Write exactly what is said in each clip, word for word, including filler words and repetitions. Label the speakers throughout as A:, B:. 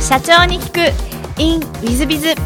A: 社長に聞く in ウィズビズ。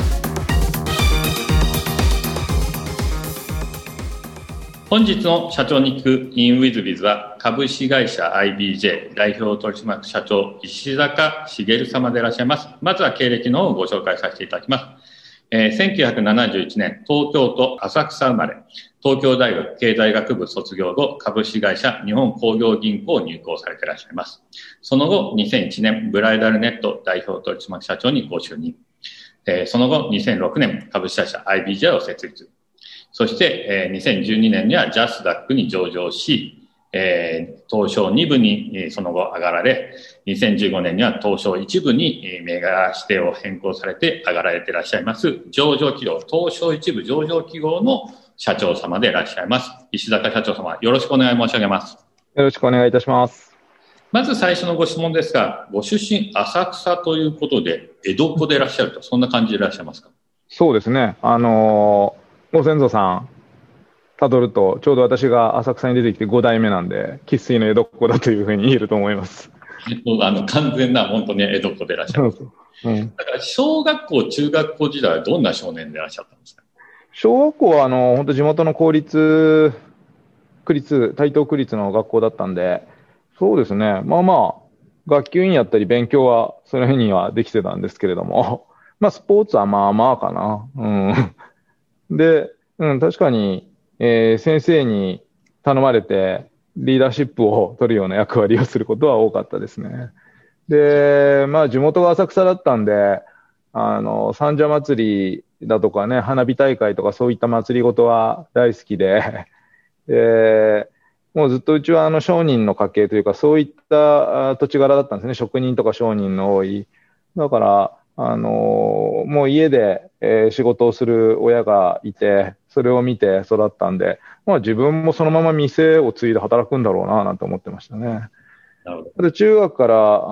B: 本日の社長に聞く in ウィズビズは株式会社 アイビージェー 代表取締役社長石坂茂様でいらっしゃいます。まずは経歴の方をご紹介させていただきます。えー、せんきゅうひゃくななじゅういちねん東京都浅草生まれ、東京大学経済学部卒業後、株式会社日本工業銀行を入行されていらっしゃいます。その後にせんいちねんブライダルネット代表取締役社長にご就任、えー、その後にせんろくねん株式会社 アイビージェー を設立、そして、えー、にせんじゅうにねんにはジャスダックに上場し、えー、東証に部に、えー、その後上がられ、にせんじゅうごねんには東証いち部に、えー、銘柄指定を変更されて上がられていらっしゃいます上場企業、東証いち部上場企業の社長様でいらっしゃいます石坂社長様、よろしくお願い申し上げます。
C: よろしくお願いいたします。
B: まず最初のご質問ですが、ご出身浅草ということで江戸っ子でいらっしゃると、そんな感じでいらっしゃいますか？
C: そうですね、あのー、ご先祖さんたどるとちょうど私が浅草に出てきてご代目なんで、生粋の江戸っ子だというふうに言えると思います。
B: あの完全な本当に江戸っ子でいらっしゃる。そうそう、うん、だから小学校中学校時代はどんな少年でいらっしゃったんですか？
C: 小学校はあの本当地元の公立区立台東区立の学校だったんで、そうですね、まあまあ学級委員やったり勉強はその辺にはできてたんですけれども、まあスポーツはまあまあかな。うん。で、うん、確かに、えー、先生に頼まれてリーダーシップを取るような役割をすることは多かったですね。で、まあ地元が浅草だったんで、あの、三社祭りだとかね、花火大会とかそういった祭りごとは大好きで、で、もうずっとうちはあの商人の家系というか、そういった土地柄だったんですね。職人とか商人の多い。だから、あのー、もう家で、えー、仕事をする親がいて、それを見て育ったんで、まあ自分もそのまま店を継いで働くんだろうな、なんて思ってましたね。なるほど。中学から、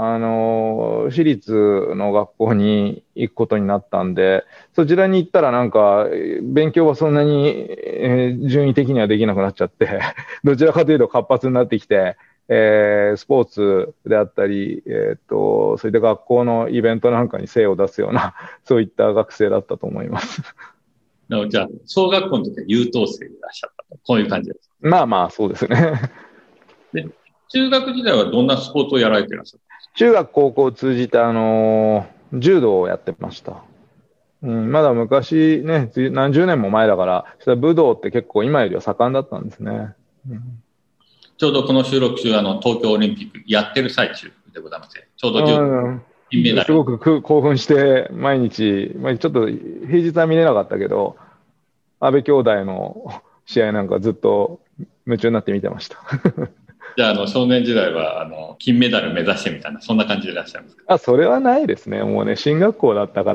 C: あのー、私立の学校に行くことになったんで、そちらに行ったらなんか、勉強はそんなに、えー、順位的にはできなくなっちゃって、どちらかというと活発になってきて、えー、スポーツであったり、えー、っと、そういった学校のイベントなんかに精を出すような、そういった学生だったと思います。
B: なので、じゃあ、小学校の時は優等生でいらっしゃったと、こういう感じです。
C: まあまあ、そうですね。
B: で、中学時代はどんなスポーツをやられていらっしゃったんですか？
C: 中学、高校を通じて、あのー、柔道をやってました。うん、まだ昔ね、何十年も前だから、武道って結構今よりは盛んだったんですね。うん、
B: ちょうどこの収録中、あの、東京オリンピックやってる最中でございます。ちょうど金メダル。
C: すごく興奮して、毎日、まあ、ちょっと平日は見れなかったけど、安倍兄弟の試合なんかずっと夢中になって見てました。
B: じゃあ、あの、少年時代は、あの、金メダル目指してみたいな、そんな感じでいらっしゃいますか？
C: あ、それはないですね。もうね、進学校だったから、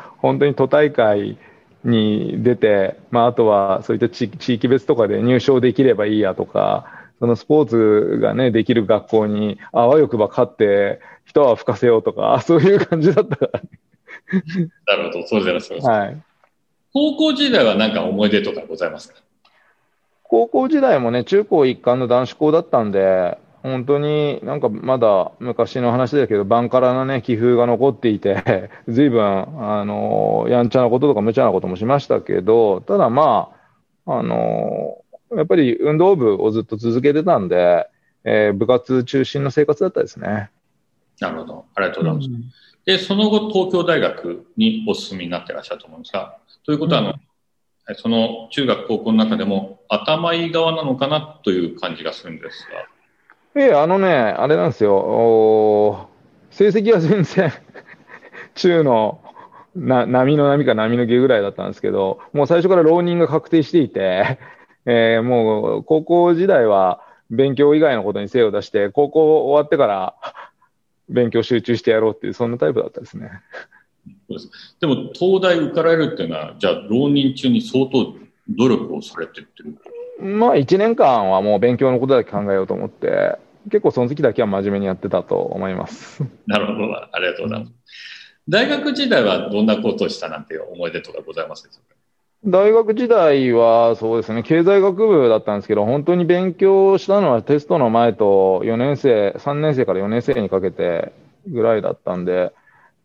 C: 本当に都大会に出て、まあ、あとはそういった地域別とかで入賞できればいいやとか、そのスポーツがね、できる学校に、あわよくば勝って、一泡吹かせようとか、そういう感じだったからね。
B: なるほど、そうでいらっしゃいます。
C: はい。
B: 高校時代は何か思い出とかございますか？
C: 高校時代もね、中高一貫の男子校だったんで、本当になんかまだ昔の話だけど、バンカラなね、気風が残っていて、随分、あの、やんちゃなこととか無茶なこともしましたけど、ただまあ、あの、やっぱり運動部をずっと続けてたんで、えー、部活中心の生活だったですね。
B: なるほど。ありがとうございます。うん、で、その後、東京大学にお進みになっていらっしゃると思うんですが、ということは、あの、うんその中学高校の中でも頭いい側なのかなという感じがするんです
C: が。ええ、あのね、あれなんですよ。成績は全然中のな波の波か波の下ぐらいだったんですけど、もう最初から浪人が確定していて、えー、もう高校時代は勉強以外のことに精を出して、高校終わってから勉強集中してやろうっていう、そんなタイプだったですね。
B: そうです。でも、東大受かられるっていうのは、じゃあ、浪人中に相当努力をされてってる？
C: まあ、いちねんかんはもう勉強のことだけ考えようと思って、結構その時だけは真面目にやってたと思います。
B: なるほど。ありがとうございます。大学時代はどんなことをしたなんていう思い出とかございますでしょうか？
C: 大学時代はそうですね、経済学部だったんですけど、本当に勉強したのはテストの前とよねん生、さんねん生からよねん生にかけてぐらいだったんで、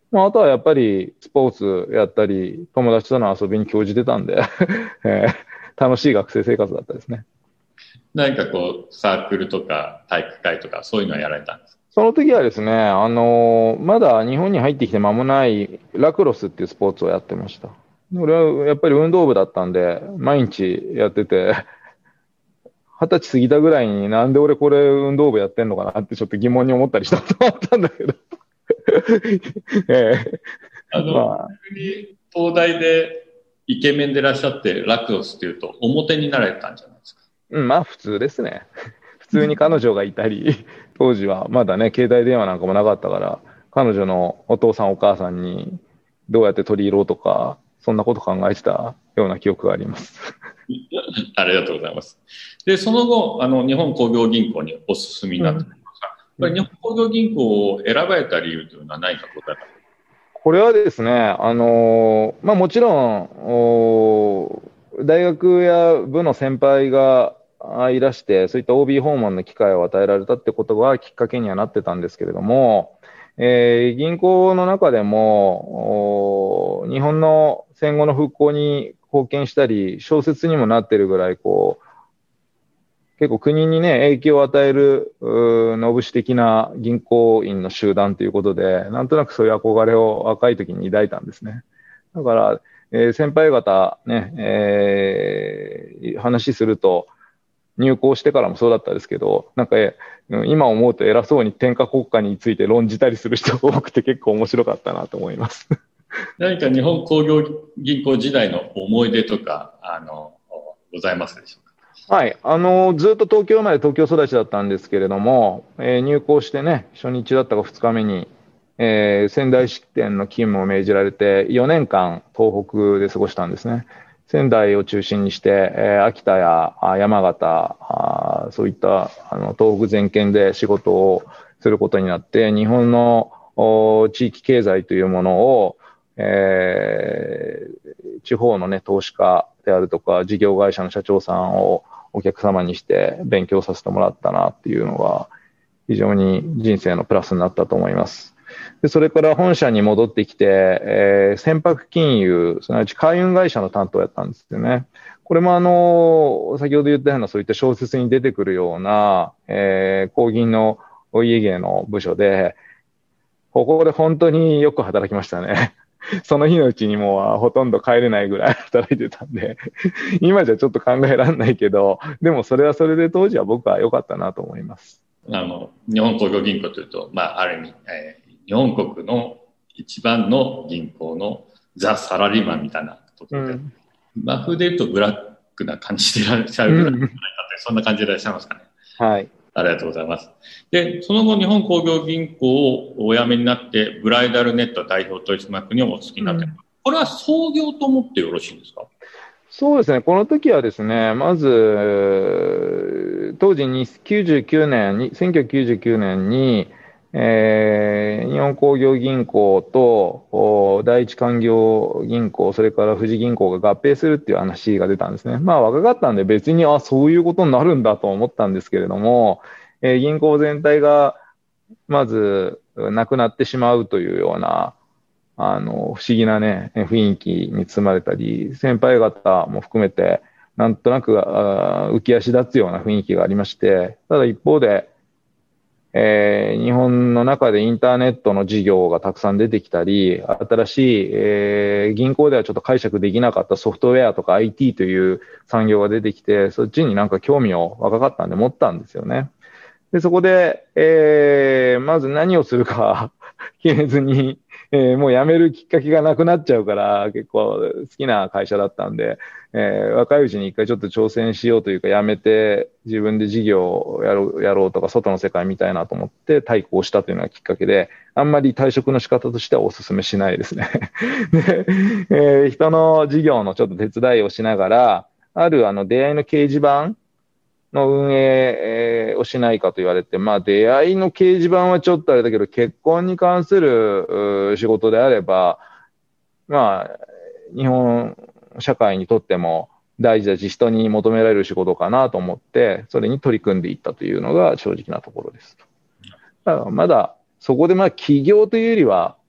C: まあ、あとはやっぱりスポーツやったり、友達との遊びに興じてたんで、えー楽しい学生生活だったですね。
B: 何かこう、サークルとか体育会とかそういうのはやられたんですか？
C: その時はですね、あのーまだ日本に入ってきて間もないラクロスっていうスポーツをやってました。俺はやっぱり運動部だったんで、毎日やってて、二十歳過ぎたぐらいになんで俺これ運動部やってんのかなってちょっと疑問に思ったりしたこともあったんだけど。ええ
B: あの、
C: まあ、
B: 逆に東大でイケメンでいらっしゃってラクロスっていうと表になられたんじゃないですか？
C: うん、まあ普通ですね。普通に彼女がいたり、当時はまだね、携帯電話なんかもなかったから、彼女のお父さんお母さんにどうやって取り入ろうとか、そんなこと考えてたような記憶があります。
B: ありがとうございます。で、その後、あの、日本工業銀行にお進みになってますが、やっぱり日本工業銀行を選ばれた理由というのは何か答えた？
C: これはですね、あのまあもちろん、お大学や部の先輩があいらして、そういった オービー 訪問の機会を与えられたってことがきっかけにはなってたんですけれども、えー銀行の中でも、お日本の戦後の復興に貢献したり、小説にもなってるぐらい、こう、結構国にね、影響を与える、うーのぶし的な銀行員の集団ということで、なんとなくそういう憧れを若い時に抱いたんですね。だから、えー先輩方ね、えー話すると、入校してからもそうだったですけど、なんか、えうん今思うと偉そうに天下国家について論じたりする人が多くて結構面白かったなと思います。
B: 何か日本工業銀行時代の思い出とか、あの、ございますでしょうか？
C: はい。あの、ずっと東京生まれ東京育ちだったんですけれども、えー入校してね、初日だったかふつかめに、えー仙台支店の勤務を命じられて、よねんかん東北で過ごしたんですね。仙台を中心にして、えー秋田やあ山形、あーそういったあの東北全県で仕事をすることになって、日本のお地域経済というものを、えー地方のね、投資家であるとか、事業会社の社長さんをお客様にして勉強させてもらったなっていうのが、非常に人生のプラスになったと思います。でそれから本社に戻ってきて、えー船舶金融、すなわち海運会社の担当をやったんですよね。これもあの、先ほど言ったようなそういった小説に出てくるような、えー、工銀のお家芸の部署で、ここで本当によく働きましたね。その日のうちにもうほとんど帰れないぐらい働いてたんで、今じゃちょっと考えられないけど、でもそれはそれで当時は僕は良かったなと思います。
B: あの、日本工業銀行というと、まあ、ある意味、えー日本国の一番の銀行のザ・サラリーマンみたいなところで、うん、今風で言うとブラックな感じでいらっしゃるぐらい、うん、そんな感じでいらっしゃいますかね。
C: はい。
B: ありがとうございます。で、その後、日本工業銀行をお辞めになって、ブライダルネット代表取締役にお付きになって、うん、これは創業と思ってよろしいんですか？
C: そうですね。この時はですね、まず、当時にきゅうじゅうきゅうねんに、せんきゅうひゃくきゅうじゅうきゅうねんに、えー、日本工業銀行と第一勧業銀行、それから富士銀行が合併するっていう話が出たんですね。まあ若かったんで別に、あ、そういうことになるんだと思ったんですけれども、えー、銀行全体がまずなくなってしまうというような、あの、不思議なね、雰囲気に包まれたり、先輩方も含めて、なんとなく浮き足立つような雰囲気がありまして、ただ一方で、えー、日本の中でインターネットの事業がたくさん出てきたり、新しい、えー、銀行ではちょっと解釈できなかったソフトウェアとか アイティー という産業が出てきて、そっちになんか興味を若かったんで持ったんですよね。で、そこで、えー、まず何をするか決めずに、えー、もう辞めるきっかけがなくなっちゃうから、結構好きな会社だったんで、えー、若いうちに一回ちょっと挑戦しようというか、辞めて自分で事業をやろう、やろうとか、外の世界見たいなと思って対抗したというのがきっかけで、あんまり退職の仕方としてはお勧めしないですね。で、えー、人の事業のちょっと手伝いをしながら、あるあの出会いの掲示板の運営をしないかと言われて、まあ出会いの掲示板はちょっとあれだけど、結婚に関する仕事であれば、まあ、日本社会にとっても大事だし、人に求められる仕事かなと思って、それに取り組んでいったというのが正直なところです。だからまだ、そこでまあ起業というよりは、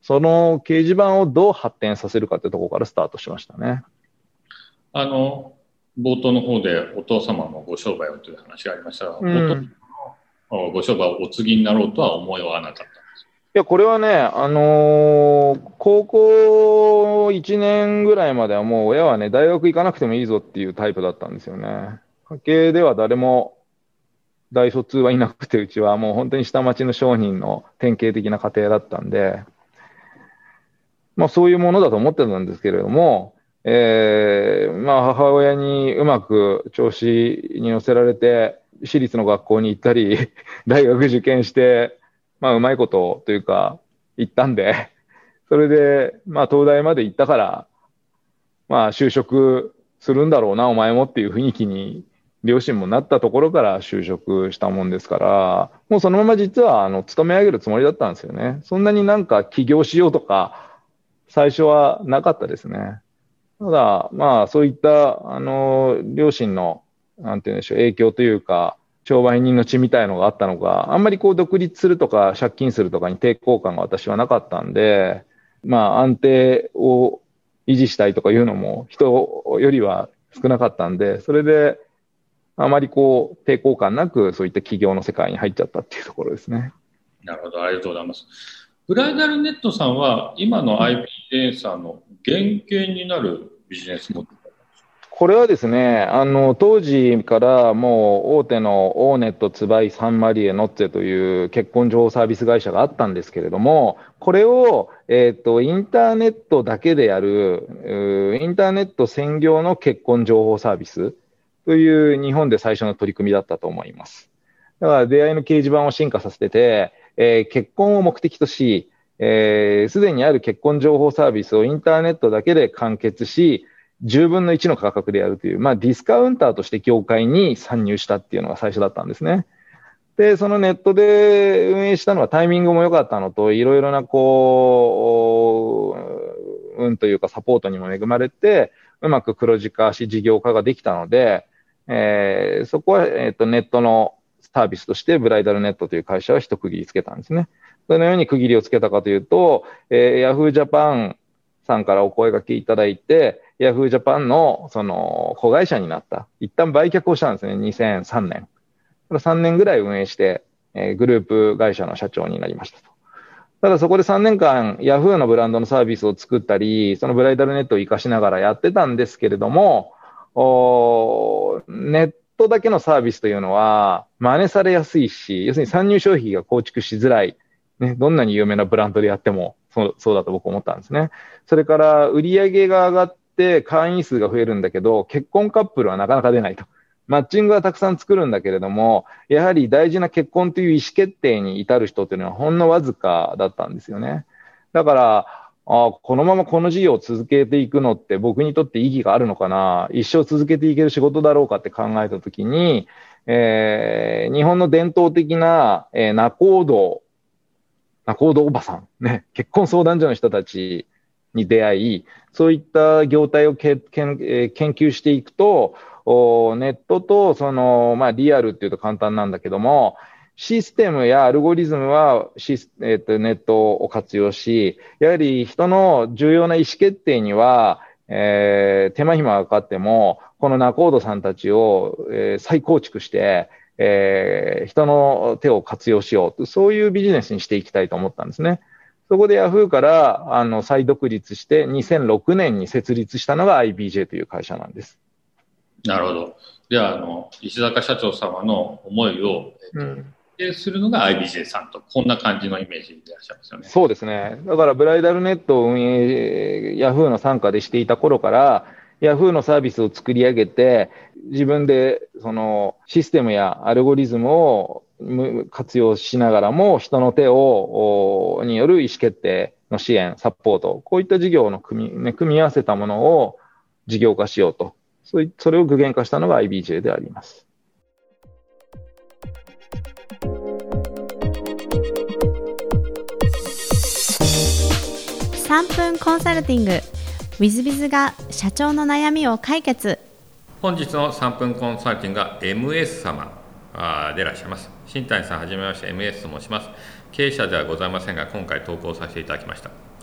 C: その掲示板をどう発展させるかってところからスタートしましたね。
B: あの、冒頭の方でお父様のご商売をという話がありましたが、
C: うん、
B: お父様のご商売をお継ぎになろうとは思いはなかったんですか？
C: いや、これはね、あのー高校いちねんぐらいまではもう親はね、大学行かなくてもいいぞっていうタイプだったんですよね。家系では誰も大卒はいなくて、うちはもう本当に下町の商人の典型的な家庭だったんで、まあそういうものだと思ってたんですけれども、えー、まあ母親にうまく調子に乗せられて、私立の学校に行ったり、大学受験して、まあうまいことというか、行ったんで、それで、まあ東大まで行ったから、まあ就職するんだろうな、お前もっていう雰囲気に、両親もなったところから就職したもんですから、もうそのまま実は、あの、勤め上げるつもりだったんですよね。そんなになんか起業しようとか、最初はなかったですね。ただ、まあ、そういった、あの、両親の、なんて言うんでしょう、影響というか、商売人の血みたいのがあったのか、あんまりこう独立するとか借金するとかに抵抗感が私はなかったんで、まあ安定を維持したいとかいうのも人よりは少なかったんで、それであまりこう抵抗感なくそういった企業の世界に入っちゃったっていうところですね。
B: なるほど、ありがとうございます。ブライダルネットさんは今の アイビージェー さんの原型になるビジネスモデル。
C: これはですね、あの、当時からもう大手のオーネット、ツバイ、サンマリエ、ノッツェという結婚情報サービス会社があったんですけれども、これを、えっと、インターネットだけでやる、インターネット専業の結婚情報サービスという日本で最初の取り組みだったと思います。だから出会いの掲示板を進化させてて、えー、結婚を目的とし、す、えー、で、にある結婚情報サービスをインターネットだけで完結し、じゅうぶんのいちの価格でやるという、まあディスカウンターとして業界に参入したっていうのが最初だったんですね。で、そのネットで運営したのはタイミングも良かったのと、いろいろなこう、運というかサポートにも恵まれて、うまく黒字化し事業化ができたので、えー、そこは、えっと、ネットのサービスとしてブライダルネットという会社は一区切りつけたんですね。どのように区切りをつけたかというと、えー、Yahoo Japanさんからお声掛けいただいて、ヤフージャパンのその子会社になった。一旦売却をしたんですね、にせんさんねん。さんねんぐらい運営して、えー、グループ会社の社長になりましたと。ただそこでさんねんかんヤフーのブランドのサービスを作ったり、そのブライダルネットを活かしながらやってたんですけれども、おネットだけのサービスというのは真似されやすいし、要するに参入障壁が構築しづらい。ね、どんなに有名なブランドでやってもそう、そうだと僕思ったんですね。それから売上が上がって会員数が増えるんだけど、結婚カップルはなかなか出ないと。マッチングはたくさん作るんだけれども、やはり大事な結婚という意思決定に至る人というのはほんのわずかだったんですよね。だから、あこのままこの事業を続けていくのって僕にとって意義があるのかな、一生続けていける仕事だろうかって考えたときに、えー、日本の伝統的な、えー、仲人、仲人おばさん、ね、結婚相談所の人たちに出会い、そういった業態をけけん、えー、研究していくと、ネットとその、まあ、リアルっていうと簡単なんだけども、システムやアルゴリズムはシス、えー、とネットを活用し、やはり人の重要な意思決定には、えー、手間暇がかかっても、この仲人さんたちを、えー、再構築して、えー、人の手を活用しようと、そういうビジネスにしていきたいと思ったんですね。そこで Yahoo からあの再独立してにせんろくねんに設立したのが アイビージェー という会社なんです。
B: なるほど。では、あの、石坂社長様の思いを、えっと、うんするのが アイビージェー さんと、こんな感じのイメージでいらっしゃいますよね。
C: そうですね。だからブライダルネットを運営、Yahoo の傘下でしていた頃から、Yahoo のサービスを作り上げて、自分でそのシステムやアルゴリズムを活用しながらも、人の手を、による意思決定の支援、サポート、こういった事業の組み、ね、組み合わせたものを事業化しようと。そい、それを具現化したのが アイビージェー であります。
A: さんぷんコンサルティング WithBiz が社長の悩みを解決。
B: 本日のさんぷんコンサルティングが エムエス 様でいらっしゃいます。新谷さんはじめまして、 エムエス と申します。経営者ではございませんが、今回投稿させていただきました。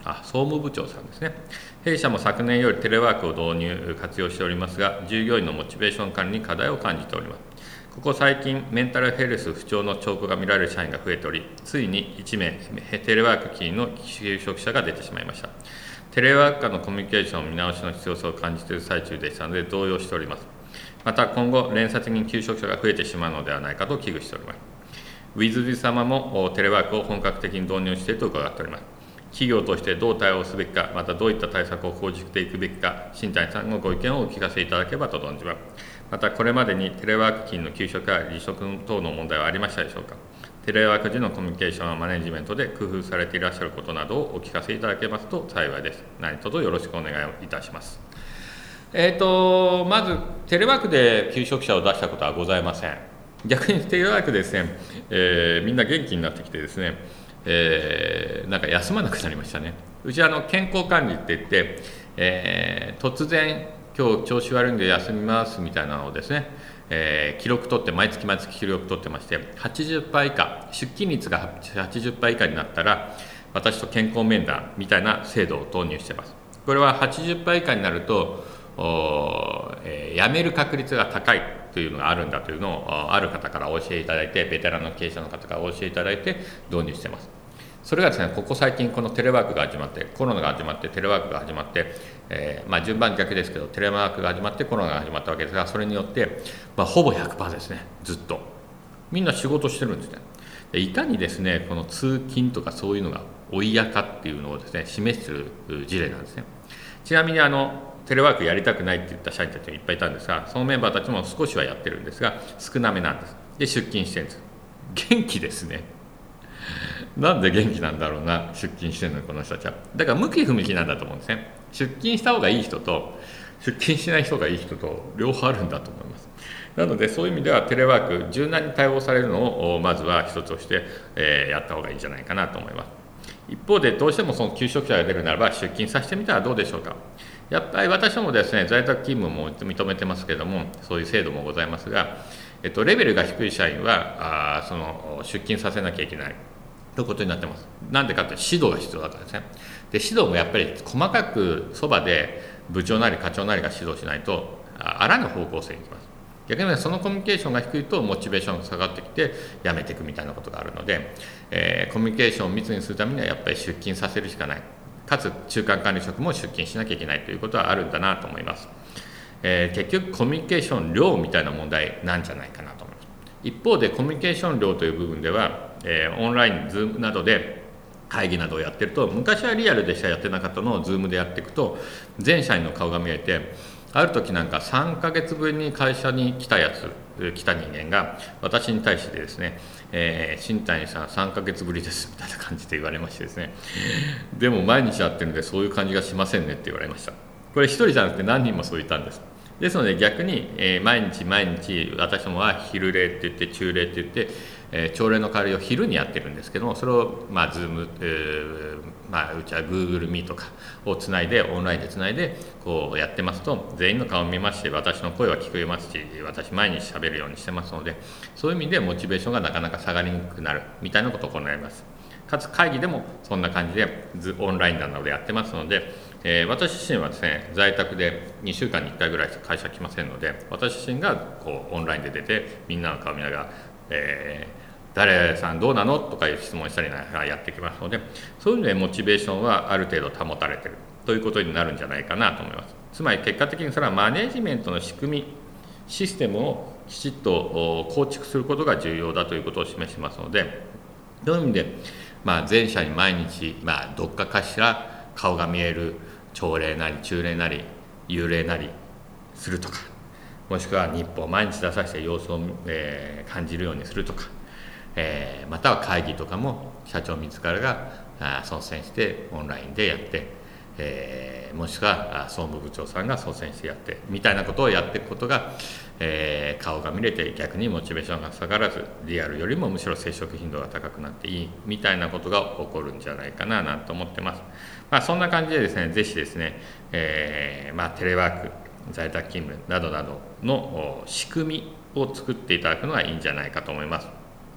B: あ、総務部長さんですね。弊社も昨年よりテレワークを導入、活用しておりますが、従業員のモチベーション管理に課題を感じております。ここ最近、メンタルヘルス不調の兆候が見られる社員が増えており、ついにいち名、テレワーク起因の求職者が出てしまいました。テレワーク間のコミュニケーション見直しの必要性を感じている最中でしたので、動揺しております。また、今後、連鎖的に求職者が増えてしまうのではないかと危惧しております。ウィズビズ様もテレワークを本格的に導入していると伺っております。企業としてどう対応すべきか、またどういった対策を講じていくべきか、新谷さんのご意見をお聞かせいただければと存じます。また、これまでにテレワーク勤の休職や離職等の問題はありましたでしょうか。テレワーク時のコミュニケーションやマネジメントで工夫されていらっしゃることなどをお聞かせいただけますと幸いです。何卒よろしくお願いいたします。えーと、まず、テレワークで休職者を出したことはございません。逆にテレワークでですね、えー、みんな元気になってきてですね、えー、なんか休まなくなりましたね。うちはあの健康管理って言って、えー、突然今日調子悪いんで休みますみたいなのをですね、えー、記録取って毎月毎月記録取ってまして、はちじゅっパーセント以下、出勤率が はちじゅっパーセント 以下になったら私と健康面談みたいな制度を導入しています。これは はちじゅっパーセント 以下になると、えー、辞める確率が高いというのがあるんだというのをある方から教えていただいて、ベテランの経営者の方から教えていただいて導入しています。それがですね、ここ最近このテレワークが始まって、コロナが始まってテレワークが始まって、えーまあ、順番逆ですけどテレワークが始まってコロナが始まったわけですが、それによって、まあ、ほぼ ひゃくパーセント ですね。ずっとみんな仕事してるんですね。でいかにですね、この通勤とかそういうのがお嫌かっていうのをですね示している事例なんですね。ちなみにあのテレワークやりたくないって言った社員たちもいっぱいいたんですが、そのメンバーたちも少しはやってるんですが少なめなんです。で出勤してるんです。元気ですね。なんで元気なんだろうな、出勤してるのにこの人たちは。だから向き不向きなんだと思うんですね。出勤した方がいい人と出勤しない人がいい人と両方あるんだと思います。なのでそういう意味ではテレワーク柔軟に対応されるのをまずは一つとして、えー、やった方がいいんじゃないかなと思います。一方でどうしてもその求職者が出るならば出勤させてみたらどうでしょうか。やっぱり私どもですね、在宅勤務も認めてますけれども、そういう制度もございますが、えっと、レベルが低い社員はあその出勤させなきゃいけないということになってます。なんでかって指導が必要だからですね。で指導もやっぱり細かくそばで部長なり課長なりが指導しないとあらぬ方向性に行きます。逆にそのコミュニケーションが低いとモチベーションが下がってきて辞めていくみたいなことがあるので、えー、コミュニケーションを密にするためにはやっぱり出勤させるしかない。かつ中間管理職も出勤しなきゃいけないということはあるんだなと思います。えー、結局コミュニケーション量みたいな問題なんじゃないかなと思います。一方でコミュニケーション量という部分では、えー、オンライン、ズームなどで会議などをやってると、昔はリアルでしかやってなかったのをズームでやっていくと全社員の顔が見えて、ある時なんかさんかげつぶりに会社に来たやつ来た人間が私に対してですね、えー、新谷さんさんかげつぶりですみたいな感じで言われましてですね、でも毎日会ってるんでそういう感じがしませんねって言われました。これ一人じゃなくて何人もそう言ったんです。ですので逆に、えー、毎日毎日私どもは昼礼って言って中礼って言って、えー、朝礼の代わりを昼にやってるんですけども、それをまあ Zoom、えーまあ、うちは Google Meet とかをつないでオンラインでつないでこうやってますと、全員の顔を見まして私の声は聞こえますし、私毎日喋るようにしてますので、そういう意味でモチベーションがなかなか下がりにくくなるみたいなことを行います。かつ会議でもそんな感じでオンラインなどでやってますので、えー、私自身はですね在宅でにしゅうかんにいっかいぐらいしか会社来ませんので、私自身がこうオンラインで出てみんなの顔見ながら、えー、誰さんどうなのとかいう質問したりながらやってきますので、そういう意味でモチベーションはある程度保たれているということになるんじゃないかなと思います。つまり結果的にそれはマネジメントの仕組みシステムをきちっと構築することが重要だということを示しますので、そういう意味で、まあ、全社に毎日、まあ、どっかかしら顔が見える朝礼なり中礼なり夕礼なりするとか、もしくは日報を毎日出させて様子を、えー、感じるようにするとか、えー、または会議とかも社長自らが率先してオンラインでやって、えー、もしくは総務部長さんが率先してやってみたいなことをやっていくことが、えー、顔が見れて逆にモチベーションが下がらずリアルよりもむしろ接触頻度が高くなっていいみたいなことが起こるんじゃないかななんて思ってます。まあ、そんな感じでですね、ぜひですね、えーまあ、テレワーク、在宅勤務などなどの仕組みを作っていただくのがいいんじゃないかと思います。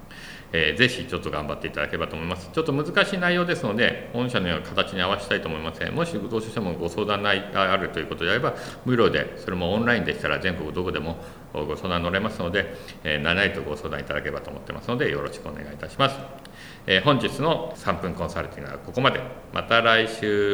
B: えー、ぜひちょっと頑張っていただければと思います。ちょっと難しい内容ですので、御社のような形に合わせたいと思いますので、もしどうしてもご相談があるということであれば、無料で、それもオンラインでしたら全国どこでもご相談乗れますので、えー、何々とご相談いただければと思ってますので、よろしくお願いいたします。えー、本日のさんぷんコンサルティングはここまで。また来週。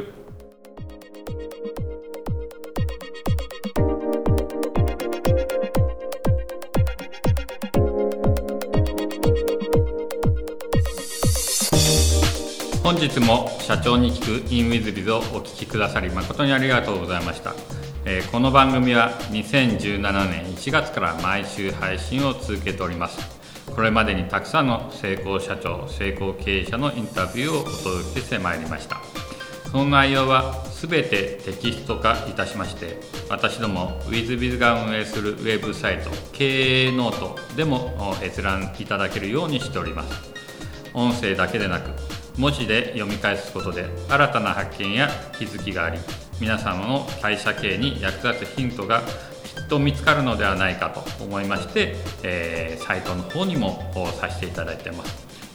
B: 本日も社長に聞く インウィズビズ をお聞きくださり誠にありがとうございました。えー、この番組はにせんじゅうななねんいちがつから毎週配信を続けております。これまでにたくさんの成功社長、成功経営者のインタビューをお届けしてまいりました。その内容はすべてテキスト化いたしまして、私ども ウィズビズ が運営するウェブサイト経営ノートでも閲覧いただけるようにしております。音声だけでなく文字で読み返すことで新たな発見や気づきがあり、皆様の会社経営に役立つヒントがきっと見つかるのではないかと思いまして、えー、サイトの方にもさせていただいています。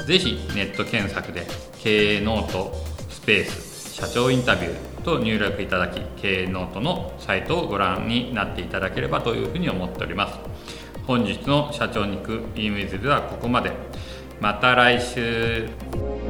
B: ぜひネット検索で経営ノートスペース社長インタビューと入力いただき、経営ノートのサイトをご覧になっていただければというふうに思っております。本日の社長に行く インウィズ ではここまで。また来週。